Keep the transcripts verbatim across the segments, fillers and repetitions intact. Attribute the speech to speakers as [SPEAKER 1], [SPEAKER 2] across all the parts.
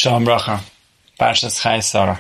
[SPEAKER 1] Шалом броха. Паршас Хай Сора.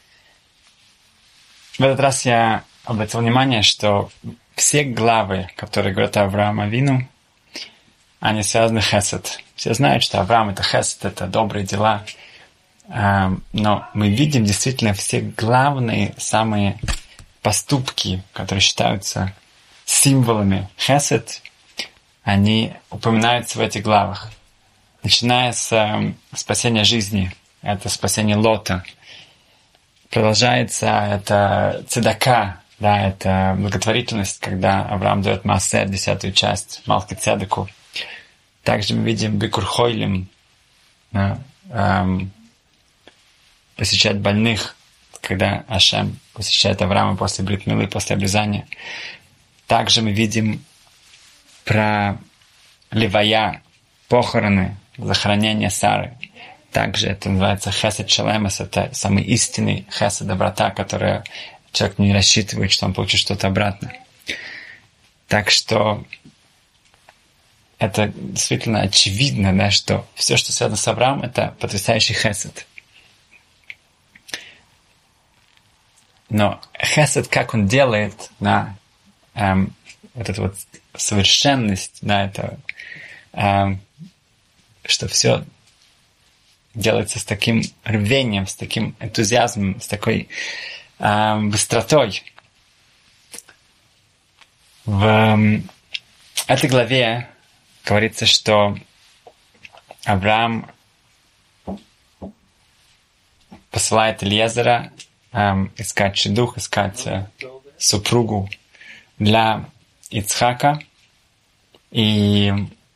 [SPEAKER 1] В этот раз я обратил внимание, что все главы, которые говорят о Аврааме Авину, они связаны с хесед. Все знают, что Авраам — это хесед, это добрые дела. Но мы видим действительно все главные, самые поступки, которые считаются символами хесед, они упоминаются в этих главах. Начиная с э, спасения жизни, это спасение Лота. Продолжается это цедака, да, это благотворительность, когда Авраам дает Маасер, десятую часть, Малки Цедеку. Также мы видим Бикур Хойлим, да, эм, посещать больных, когда Ашем посещает Авраама после брит милы, после обрезания. Также мы видим про левая, похороны, захоронение Сары. Также это называется хесед шалемес, это самый истинный хесед, доброта, которая человек не рассчитывает, что он получит что-то обратно. Так что это действительно очевидно, да, что все, что связано с Авраамом, это потрясающий хесед. Но хесед, как он делает, да, эм, вот эту вот совершенность, да, это эм, что все делается с таким рвением, с таким энтузиазмом, с такой э, быстротой. В э, этой главе говорится, что Авраам посылает Элиезера э, искать шидух, искать э, супругу для Ицхака, и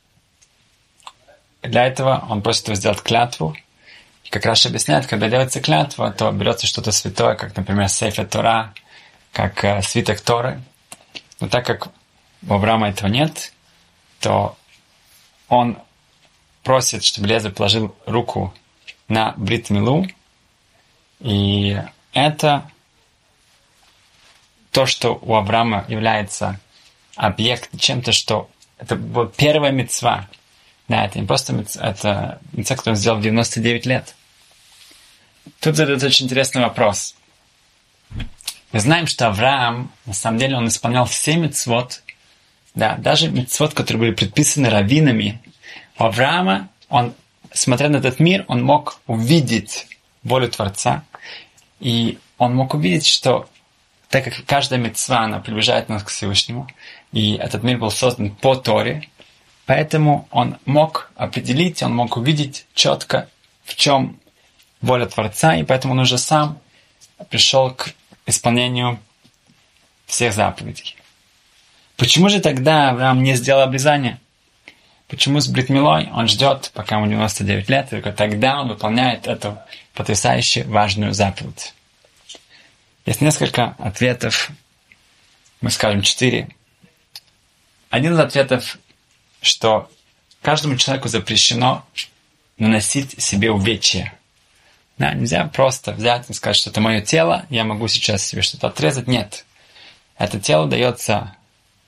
[SPEAKER 1] для этого он просит его сделать клятву. И как Раши объясняет, когда делается клятва, то берется что-то святое, как, например, Сейфер Тора, как э, свиток Торы. Но так как у Авраама этого нет, то он просит, чтобы Элиезер положил руку на брит милу. И это то, что у Авраама является объект, чем-то, что это была первая мицва. Да, это не просто мицва, это мицва, которую он сделал в девяносто девять лет. Тут задается очень интересный вопрос. Мы знаем, что Авраам, на самом деле, он исполнял все мицвот, да, даже мицвот, которые были предписаны раввинами. У Авраама, он, смотря на этот мир, он мог увидеть волю Творца, и он мог увидеть, что так как каждая мицва, она приближает нас к Всевышнему, и этот мир был создан по Торе, поэтому он мог определить, он мог увидеть четко, в чем воля Творца, и поэтому он уже сам пришел к исполнению всех заповедей. Почему же тогда Авраам не сделал обрезание? Почему с брит милой он ждет, пока ему девяносто девять лет, и только тогда он выполняет эту потрясающе важную заповедь? Есть несколько ответов, мы скажем четыре. Один из ответов, что каждому человеку запрещено наносить себе увечья. Да, нельзя просто взять и сказать, что это мое тело, я могу сейчас себе что-то отрезать. Нет. Это тело дается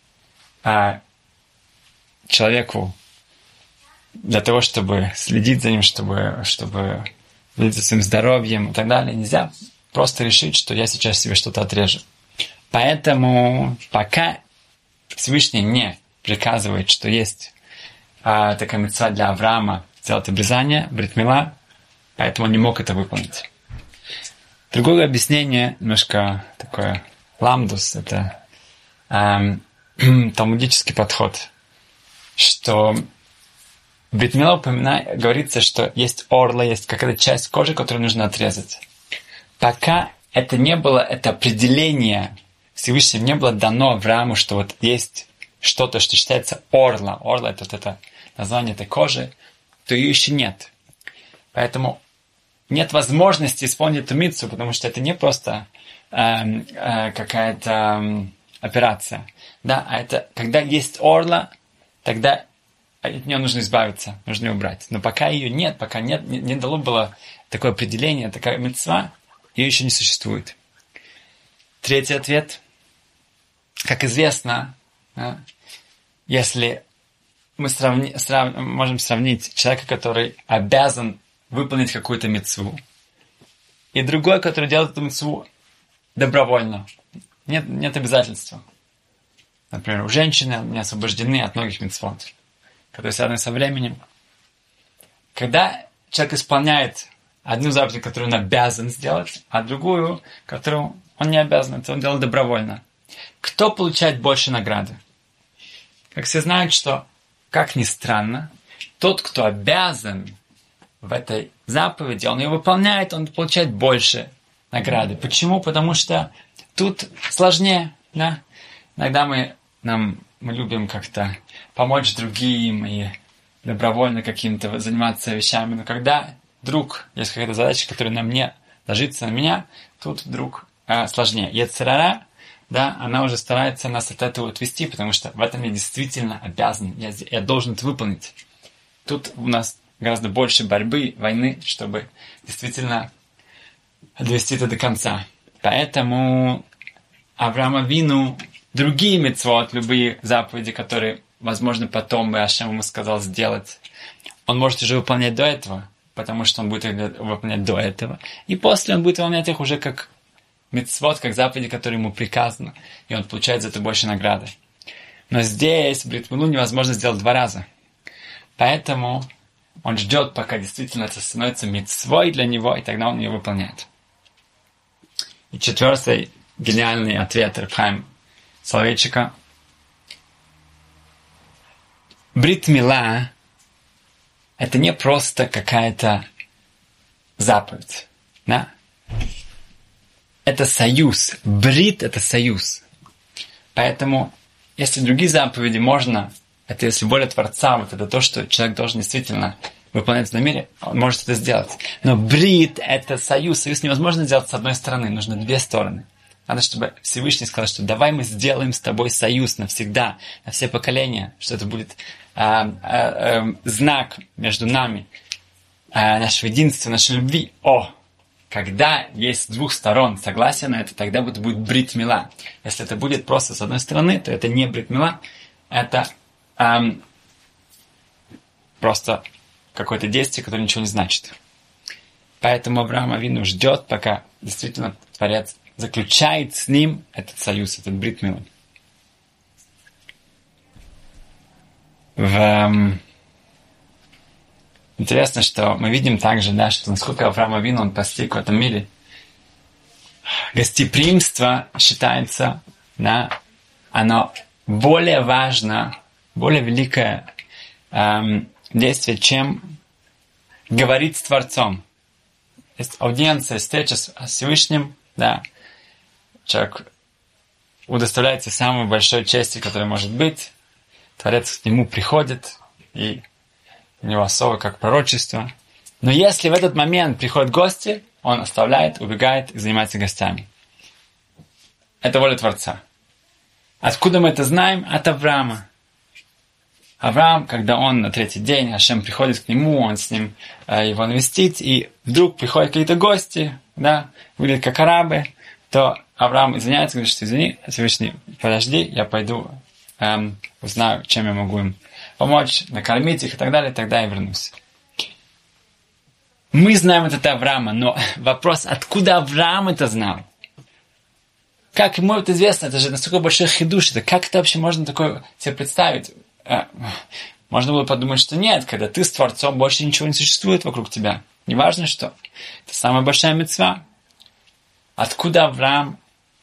[SPEAKER 1] а, человеку для того, чтобы следить за ним, чтобы, чтобы следить за своим здоровьем и так далее. Нельзя просто решить, что я сейчас себе что-то отрежу. Поэтому пока Всевышний не приказывает, что есть а, такая мицва для Авраама сделать обрезание, брит мила, поэтому он не мог это выполнить. Другое объяснение, немножко такое ламдус, это эм, талмудический подход, что в брит мила упоминает, говорится, что есть орла, есть какая-то часть кожи, которую нужно отрезать. Пока это не было, это определение Всевышнего не было дано Аврааму, что вот есть что-то, что считается орла. Орла — это вот это название этой кожи, то ее еще нет. Поэтому нет возможности исполнить эту мицву, потому что это не просто э, э, какая-то э, операция. Да, а это когда есть орла, тогда от нее нужно избавиться, нужно ее убрать. Но пока ее нет, пока нет, не, не дало было такое определение, такая мицва, ее еще не существует. Третий ответ. Как известно, да, если мы сравни, срав, можем сравнить человека, который обязан выполнить какую-то мицву. И другой, который делает эту мицву добровольно. Нет, нет обязательства. Например, у женщины они освобождены от многих мицвот, которые связаны со временем. Когда человек исполняет одну заповедь, которую он обязан сделать, а другую, которую он не обязан, это он делает добровольно. Кто получает больше награды? Как все знают, что, как ни странно, тот, кто обязан в этой заповеди, он ее выполняет, он получает больше награды. Почему? Потому что тут сложнее. Да? Иногда мы, нам, мы любим как-то помочь другим и добровольно каким-то заниматься вещами. Но когда вдруг есть какая-то задача, которая на мне ложится на меня, тут вдруг э, сложнее. Йецер ара, да, она уже старается нас от этого отвести, потому что в этом я действительно обязан, я, я должен это выполнить. Тут у нас гораздо больше борьбы, войны, чтобы действительно довести это до конца. Поэтому Авраам Авину другие мицвот, любые заповеди, которые, возможно, потом бы Ашем ему сказал сделать, он может уже выполнять до этого, потому что он будет их выполнять до этого. И после он будет выполнять их уже как мицвот, как заповеди, которые ему приказаны, и он получает за это больше награды. Но здесь брит милу невозможно сделать два раза. Поэтому он ждет, пока действительно это становится мицвой для него, и тогда он ее выполняет. И четвертый гениальный ответ Рав Хаим Соловейчика. Брит мила — это не просто какая-то заповедь. Да? Это союз. Брит — это союз. Поэтому, если другие заповеди можно, это если воля Творца, вот это то, что человек должен действительно выполнять в мире, он может это сделать. Но брит — это союз. Союз невозможно сделать с одной стороны, нужно две стороны. Надо, чтобы Всевышний сказал, что давай мы сделаем с тобой союз навсегда, на все поколения, что это будет э, э, э, знак между нами, э, нашего единства, нашей любви. О! Когда есть с двух сторон согласие на это, тогда будет, будет брит мила. Если это будет просто с одной стороны, то это не брит мила, это эм, просто какое-то действие, которое ничего не значит. Поэтому Авраам Авину ждет, пока действительно Творец заключает с ним этот союз, этот брит мила. В, эм, Интересно, что мы видим также, да, что насколько Авраам Авину он постиг в этом мире. Гостеприимство считается, да, оно более важно, более великое эм, действие, чем говорить с Творцом. Есть аудиенция, встреча с Всевышним, да, человек удоставляется самой большой чести, которая может быть. Творец к нему приходит, и у него особо как пророчество. Но если в этот момент приходят гости, он оставляет, убегает и занимается гостями. Это воля Творца. Откуда мы это знаем? От Авраама. Авраам, когда он на третий день, Ашем приходит к нему, он с ним э, его навестит, и вдруг приходят какие-то гости, да, выглядят как арабы, то Авраам извиняется, говорит, что извини, Всевышний, подожди, я пойду эм, узнаю, чем я могу им помочь, накормить их и так далее, тогда я вернусь. Мы знаем это от Авраама, но вопрос, откуда Авраам это знал? Как ему это известно? Это же настолько большой хидуш, это как это вообще можно такое себе представить? Можно было подумать, что нет, когда ты с Творцом, больше ничего не существует вокруг тебя. Неважно что. Это самая большая мицва. Откуда Авраам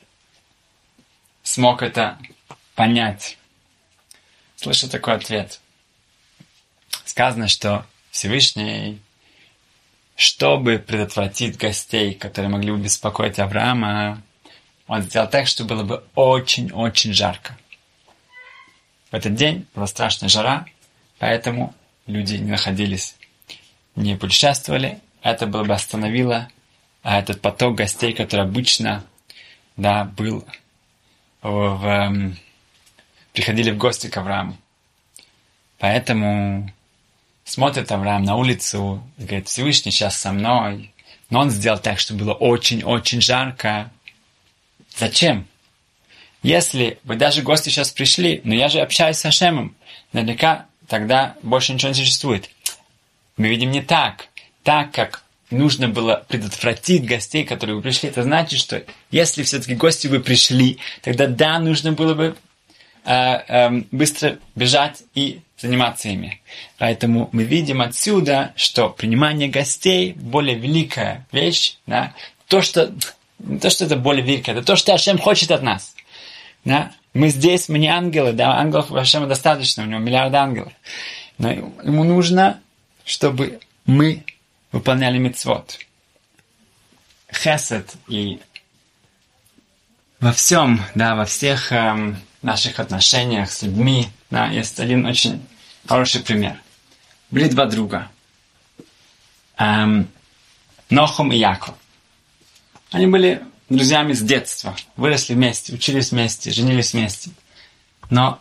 [SPEAKER 1] смог это понять? Слышу такой ответ. Сказано, что Всевышний, чтобы предотвратить гостей, которые могли бы беспокоить Авраама, он сделал так, что было бы очень-очень жарко. В этот день была страшная жара, поэтому люди не находились, не путешествовали. Это было бы остановило а этот поток гостей, который обычно, да, был в, в, приходили в гости к Аврааму. Поэтому смотрит Авраам на улицу и говорит, Всевышний сейчас со мной. Но он сделал так, чтобы было очень-очень жарко. Зачем? Если бы даже гости сейчас пришли, но я же общаюсь с Ашемом, наверняка тогда больше ничего не существует. Мы видим не так. так как нужно было предотвратить гостей, которые вы пришли, это значит, что если все-таки гости вы пришли, тогда да, нужно было бы э, э, быстро бежать и заниматься ими. Поэтому мы видим отсюда, что принимание гостей более великая вещь. Да? То, что, не то, что это более великое, это то, что Ашем хочет от нас. Да? Мы здесь, мы не ангелы, да, ангелов у Ашема достаточно, у него миллиард ангелов. Но ему нужно, чтобы мы выполняли мицвот. Хесед и во всем, да, во всех эм, наших отношениях с людьми, да, есть один очень хороший пример. Были два друга. Эм, Нохум и Яков. Они были друзьями с детства. Выросли вместе, учились вместе, женились вместе. Но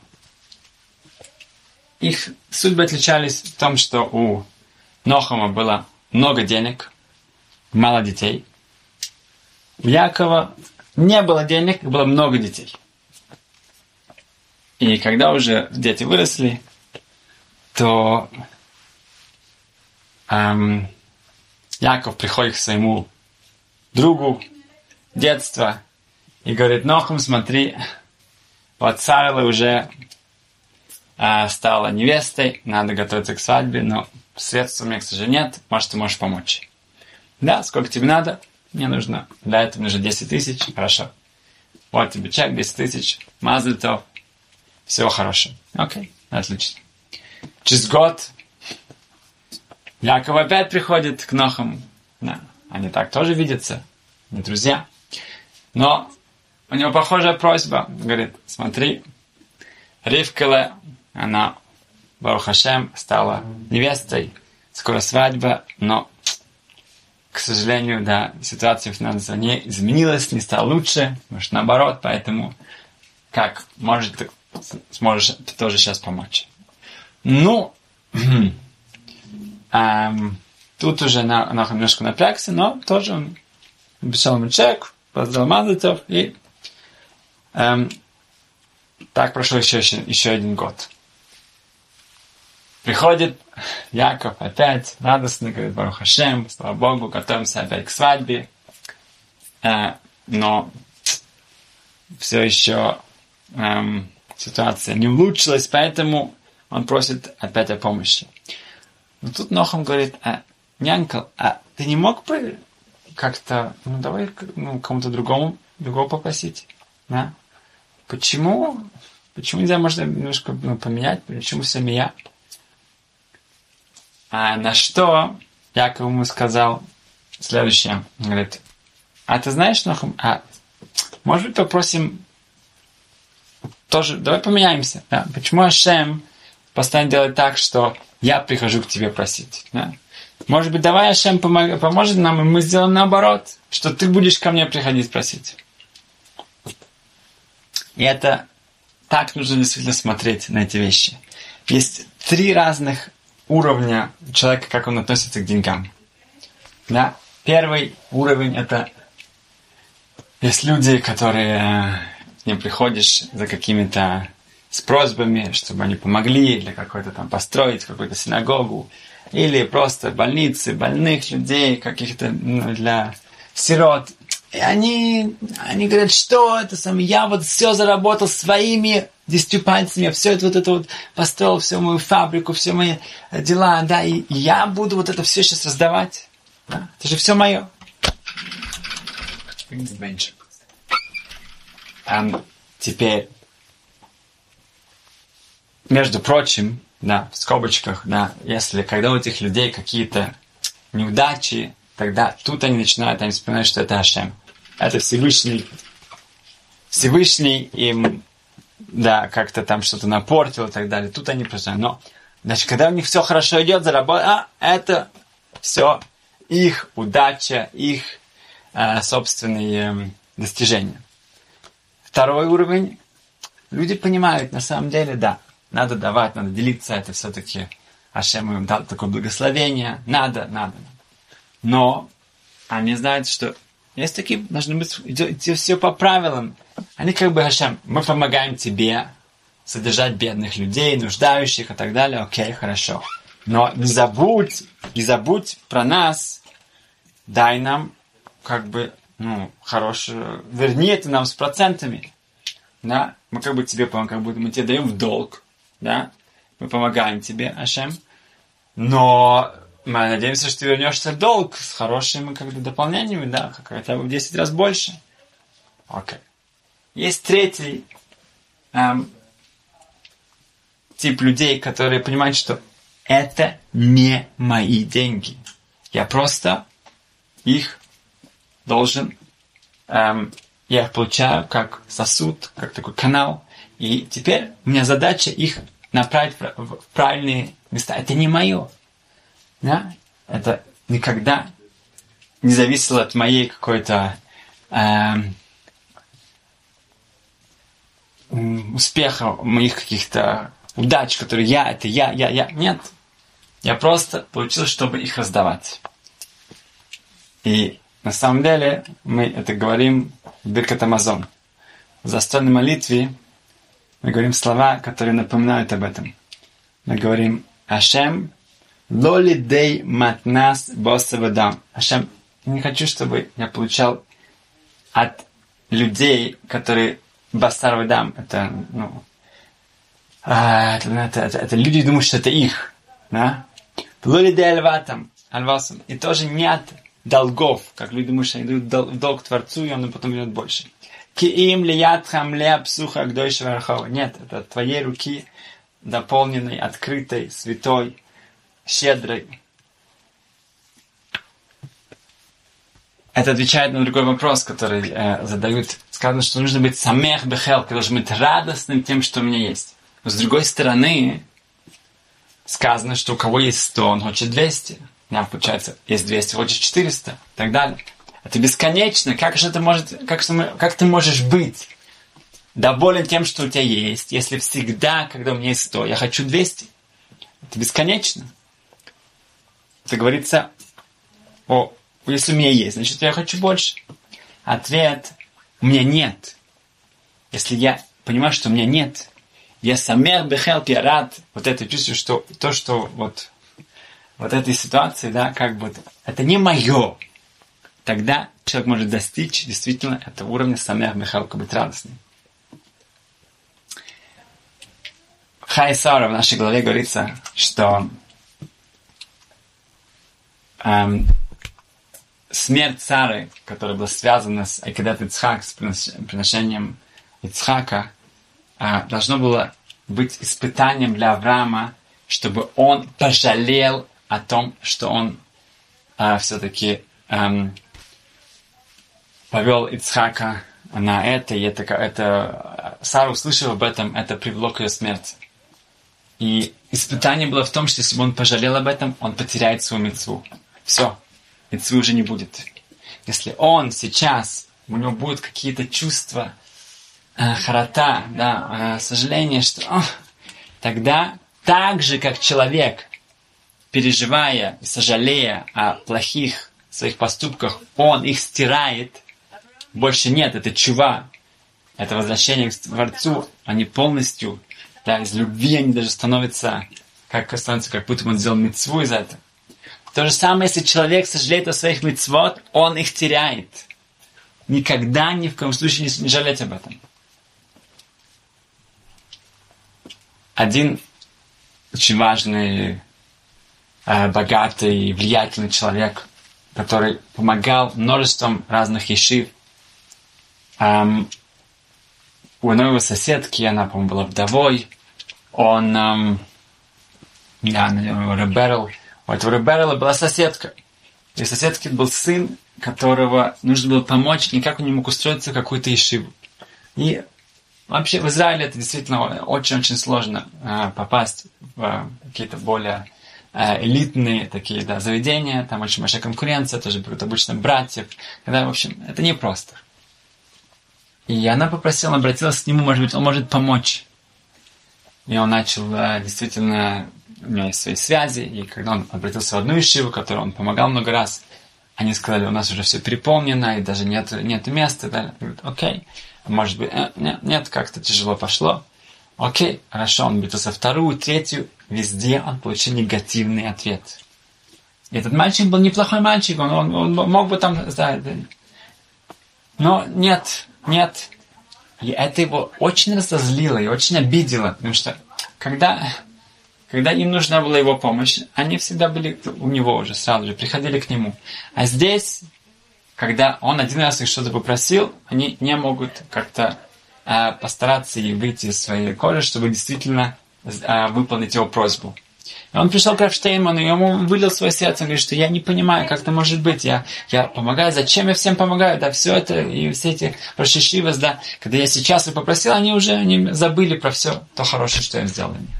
[SPEAKER 1] их судьбы отличались в том, что у Нохума было много денег, мало детей. У Якова не было денег, было много детей. И когда уже дети выросли, то эм, Яков приходит к своему другу детства и говорит: Нохум, смотри, вот Сарла уже э, стала невестой, надо готовиться к свадьбе, но средств у меня, к сожалению, нет, может, ты можешь помочь. Да, сколько тебе надо? Мне нужно, для этого нужно десять тысяч, хорошо. Вот тебе чек, десять тысяч, мазаль тов, всего хорошего. Окей, отлично. Через год Яков опять приходит к Нохуму. Да, они так тоже видятся, не друзья. Но у него похожая просьба. Говорит: смотри, Ривкеле, она, Барух Ашем, стала невестой, скоро свадьба, но, к сожалению, да, ситуация финансовая не изменилась, не стала лучше, может, наоборот, поэтому как, может, ты сможешь ты тоже сейчас помочь. Ну, эм, тут уже на, на, немножко напрягся, но тоже он написал ему чек, поздал мазатов, и эм, так прошел еще, еще, еще один год. Приходит Яков опять радостно, говорит: Барух Ашем, слава Богу, готовимся опять к свадьбе. Э, но все еще эм, ситуация не улучшилась, поэтому он просит опять о помощи. Но тут Нохум говорит: а, нянька, а ты не мог бы как-то, ну давай ну, кому-то другому, другого попросить? Да? Почему? Почему нельзя, можно немножко ну, поменять? Почему все я? А на что Яков ему сказал следующее. Он говорит: а ты знаешь, Нохум, а может быть попросим тоже, давай поменяемся. Да? Почему Ашем постоянно делает так, что я прихожу к тебе просить? Да? Может быть, давай Ашем помог, поможет нам, и мы сделаем наоборот, что ты будешь ко мне приходить просить. И это так нужно действительно смотреть на эти вещи. Есть три разных уровня человека, как он относится к деньгам. Да? Первый уровень — это есть люди, которые к ним приходишь за какими-то с просьбами, чтобы они помогли для какой-то там построить какую-то синагогу, или просто больницы, больных людей, каких-то ну, для сирот. И они, они говорят: что это самое, я вот все заработал своими десятью пальцами, я все это вот это вот построил, всю мою фабрику, все мои дела, да, и я буду вот это все сейчас раздавать. Да? Это же все мое. Um, теперь, между прочим, да, в скобочках, да, если когда у этих людей какие-то неудачи, тогда тут они начинают, они вспоминают, что это Ашем. Это Всевышний. Всевышний им, да, как-то там что-то напортил и так далее. Тут они просто, но, значит, когда у них все хорошо идет, заработать, а, это все их удача, их э, собственные э, достижения. Второй уровень. Люди понимают, на самом деле, да, надо давать, надо делиться, это все-таки Ашем им дал такое благословение, надо, надо. Но они знают, что есть такие, должны быть, идти все по правилам. Они как бы: Ашем, мы помогаем тебе содержать бедных людей, нуждающих и так далее. Окей, хорошо. Но не забудь, не забудь про нас. Дай нам, как бы, ну, хорошее... Верни это нам с процентами. Да? Мы как бы тебе помогаем, как будто мы тебе даем в долг. Да? Мы помогаем тебе, Ашем. Но мы надеемся, что ты вернешься в долг с хорошими, как бы, дополнениями, да, хотя бы в десять раз больше. Окей. Есть третий эм, тип людей, которые понимают, что это не мои деньги. Я просто их должен, эм, я их получаю как сосуд, как такой канал. И теперь у меня задача их направить в, в, в правильные места. Это не мое. Да? Это никогда не зависело от моей какой-то эм, успеха, моих каких-то удач, которые я, это я, я, я. Нет. Я просто получил, чтобы их раздавать. И на самом деле мы это говорим в Биркат Амазон. В застольной молитве мы говорим слова, которые напоминают об этом. Мы говорим Ашем лоли дей матнас босавадам. Ашем, я не хочу, чтобы я получал от людей, которые басар вадам. Это, ну, это, это, это, это люди думают, что это их. Да? Лоли дей альватам, альвасам. И тоже не от долгов, как люди думают, что они дают долг Творцу, и он потом берет больше. Киим лиятхам леапсуха гдойшего архова. Нет, это от твоей руки, дополненной, открытой, святой, щедрой. Это отвечает на другой вопрос, который э, задают. Сказано, что нужно быть самех бехел, должен быть радостным тем, что у меня есть. Но с другой стороны, сказано, что у кого есть сто, он хочет двести. У меня, получается, есть двести, хочет четыреста, и так далее. Это бесконечно. Как же это может, как, как ты можешь быть доволен тем, что у тебя есть, если всегда, когда у меня есть сто, я хочу двести? Это бесконечно. Это говорится, о, если у меня есть, значит, я хочу больше. Ответ, у меня нет. Если я понимаю, что у меня нет, я самер бехел, я рад, вот это чувствую, что то, что вот, вот этой ситуации, да, как бы, это не мое. Тогда человек может достичь действительно этого уровня самех бехел, быть радостным. В Хай Сара в нашей главе говорится, что эм, смерть Сары, которая была связана с Акидат Ицхак, с приношением Ицхака, э, должно было быть испытанием для Авраама, чтобы он пожалел о том, что он э, все-таки эм, повел Ицхака на это, и это, это Сара, услышав об этом, это привело к ее смерти. И испытание было в том, что если бы он пожалел об этом, он потеряет свою мицву. Все, мицвы уже не будет. Если он сейчас, у него будут какие-то чувства э, харата, да, э, сожаления, что о, тогда так же, как человек, переживая и сожалея о плохих своих поступках, он их стирает, больше нет, это чува, это возвращение к Творцу, они полностью, да, из любви они даже становятся, как, становятся, как будто он сделал мицву из этого. То же самое, если человек сожалеет о своих мицвот, он их теряет. Никогда, ни в коем случае не, не жалеть об этом. Один очень важный, э, богатый, влиятельный человек, который помогал множеством разных ешив, эм, у одной его соседки, она, по-моему, была вдовой, он, эм, да, наверное, Реберл, у этого Реберла была соседка. И у соседки был сын, которого нужно было помочь, никак он не мог устроиться в какую-то ешиву. И вообще в Израиле это действительно очень-очень сложно э, попасть в э, какие-то более э, элитные такие, да, заведения, там очень большая конкуренция, тоже берут обычно братьев. Когда, в общем, это непросто. И она попросила, обратилась к нему, может быть, он может помочь. И он начал э, действительно, у него есть свои связи, и когда он обратился в одну ешиву, которой он помогал много раз, они сказали, у нас уже все переполнено, и даже нет, нет места. Да? Говорит, окей, может быть, э, нет, нет, как-то тяжело пошло. Окей, хорошо, он обратился во вторую, третью, везде он получил негативный ответ. И этот мальчик был неплохой мальчик, он, он, он мог бы там... Да, да. Но нет, нет. И это его очень разозлило и очень обидело, потому что когда, когда им нужна была его помощь, они всегда были у него уже, сразу же, приходили к нему. А здесь, когда он один раз их что-то попросил, они не могут как-то э, постараться и выйти из своей кожи, чтобы действительно э, выполнить его просьбу. И он пришел к Рав Штейнману, и ему вылил свое сердце, он говорит, что я не понимаю, как это может быть, я, я помогаю, зачем я всем помогаю, да, все это, и все эти прошишивас, да, когда я сейчас их попросил, они уже они забыли про все то хорошее, что я сделал для них.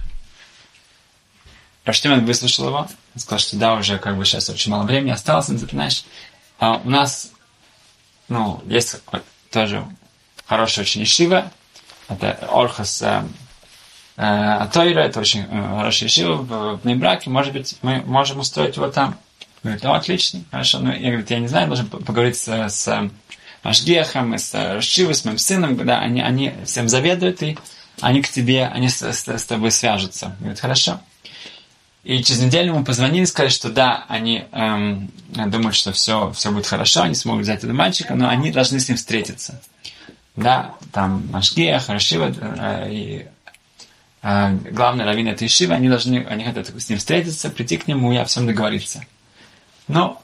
[SPEAKER 1] Рав Штейнман выслушал его, он сказал, что да, уже как бы сейчас очень мало времени осталось, ты знаешь, а у нас, ну, есть тоже хорошая очень ешива, это Орхас А Тойра, это очень хороший ешива в Бней-Браке, может быть, мы можем устроить его там. Говорит, ну, отлично, хорошо. Ну, я говорю, я не знаю, должен поговорить с, с Машгехом, с Рашивой, с моим сыном, да, они, они всем заведуют, и они к тебе, они с, с, с тобой свяжутся. Говорит, хорошо. И через неделю ему позвонили, сказали, что да, они эм, думают, что все, все будет хорошо, они смогут взять этого мальчика, но они должны с ним встретиться. Да, там Машгех, Рашива э, и главный раввин этой ешивы, они должны, они хотят с ним встретиться, прийти к нему и о всем договориться. Но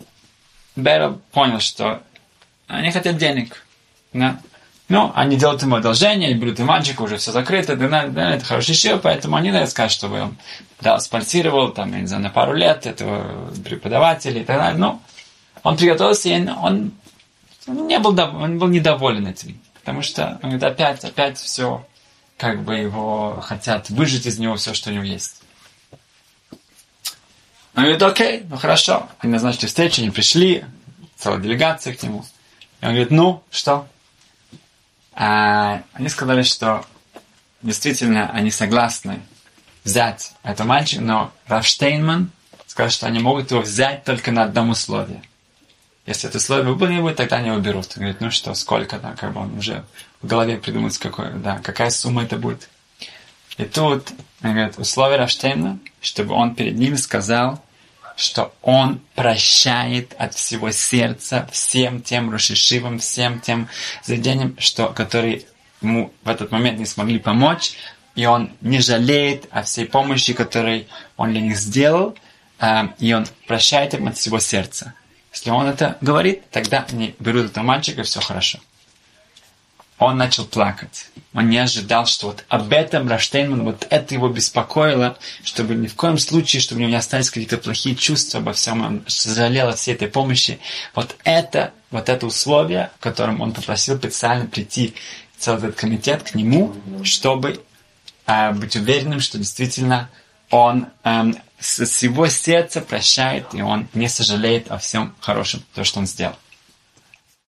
[SPEAKER 1] Берл понял, что они хотят денег. Да? Ну, они делают ему одолжение, берут и мальчика, уже все закрыто, да, да, это хороший ешива, поэтому они, наверное, скажут, чтобы он да, спонсировал, там, я не знаю, на пару лет этого преподавателя и так далее. Но он приготовился, и он, он, не был, он был недоволен этим, потому что он говорит, опять, опять все как бы его хотят выжать из него все, что у него есть. Он говорит, окей, ну хорошо. Они назначили встречу, они пришли, целая делегация к нему. И он говорит, ну, что? А они сказали, что действительно они согласны взять этого мальчика, но Рав Штейнман сказал, что они могут его взять только на одном условии. Если это условие выполнено будет, тогда они его берут. Он говорит, ну что, сколько, да, как бы он уже в голове придумает, какой, да, какая сумма это будет. И тут, он говорит, условие Рав Штейнмана, чтобы он перед ними сказал, что он прощает от всего сердца всем тем рош йешивам, всем тем заведениям, что, которые ему в этот момент не смогли помочь, и он не жалеет о всей помощи, которую он для них сделал, и он прощает им от всего сердца. Если он это говорит, тогда они берут этого мальчика, и все хорошо. Он начал плакать. Он не ожидал, что вот об этом Рав Штейнман, вот это его беспокоило, чтобы ни в коем случае, чтобы у него не остались какие-то плохие чувства обо всем, он сожалел от всей этой помощи. Вот это, вот это условие, в котором он попросил специально прийти целый этот комитет к нему, чтобы э, быть уверенным, что действительно он э, с, с его сердца прощает, и он не сожалеет о всем хорошем, то, что он сделал.